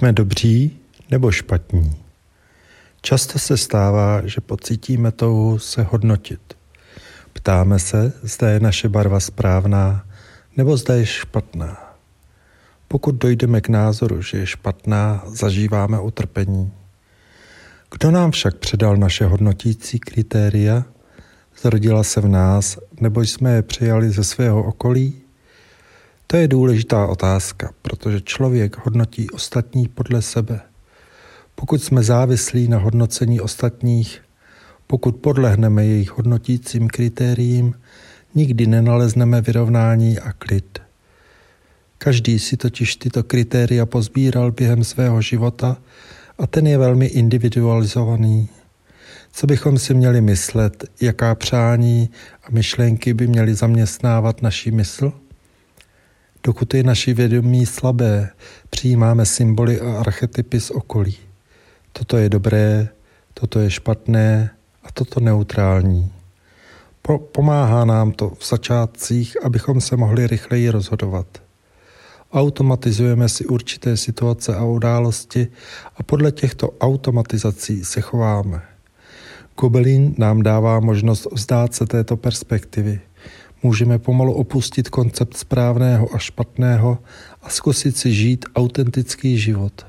Jsme dobří nebo špatní? Často se stává, že pocítíme touhu se hodnotit. Ptáme se, zda je naše barva správná nebo zda je špatná. Pokud dojdeme k názoru, že je špatná, zažíváme utrpení. Kdo nám však předal naše hodnotící kritéria? Zrodila se v nás, nebo jsme je přijali ze svého okolí? To je důležitá otázka, protože člověk hodnotí ostatní podle sebe. Pokud jsme závislí na hodnocení ostatních, pokud podlehneme jejich hodnotícím kritériím, nikdy nenalezneme vyrovnání a klid. Každý si totiž tyto kritéria pozbíral během svého života a ten je velmi individualizovaný. Co bychom si měli myslet, jaká přání a myšlenky by měly zaměstnávat naši mysl? Dokud je naše vědomí slabé, přijímáme symboly a archetypy z okolí. Toto je dobré, toto je špatné a toto neutrální. Pomáhá nám to v začátcích, abychom se mohli rychleji rozhodovat. Automatizujeme si určité situace a události a podle těchto automatizací se chováme. Gobelin nám dává možnost vzdát se této perspektivy. Můžeme pomalu opustit koncept správného a špatného a zkusit si žít autentický život.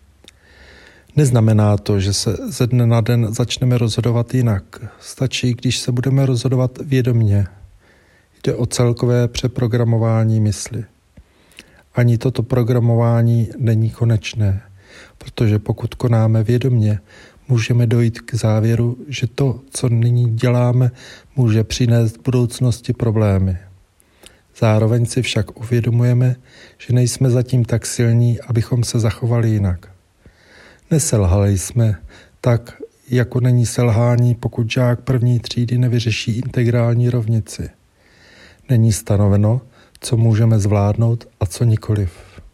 Neznamená to, že se ze dne na den začneme rozhodovat jinak. Stačí, když se budeme rozhodovat vědomě. Jde o celkové přeprogramování mysli. Ani toto programování není konečné, protože pokud konáme vědomě, můžeme dojít k závěru, že to, co nyní děláme, může přinést v budoucnosti problémy. Zároveň si však uvědomujeme, že nejsme zatím tak silní, abychom se zachovali jinak. Neselhali jsme tak, jako není selhání, pokud žák první třídy nevyřeší integrální rovnici. Není stanoveno, co můžeme zvládnout a co nikoliv.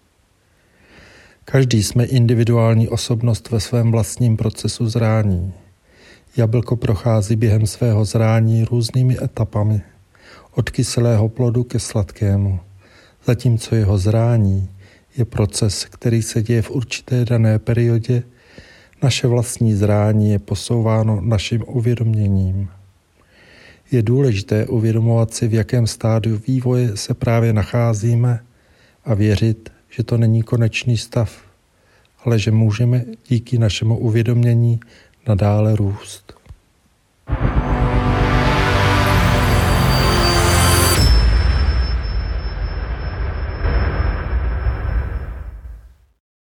Každý jsme individuální osobnost ve svém vlastním procesu zrání. Jablko prochází během svého zrání různými etapami, od kyselého plodu ke sladkému, zatímco jeho zrání je proces, který se děje v určité dané periodě, naše vlastní zrání je posouváno naším uvědoměním. Je důležité uvědomovat si, v jakém stádiu vývoje se právě nacházíme a věřit, že to není konečný stav, ale že můžeme díky našemu uvědomění nadále růst.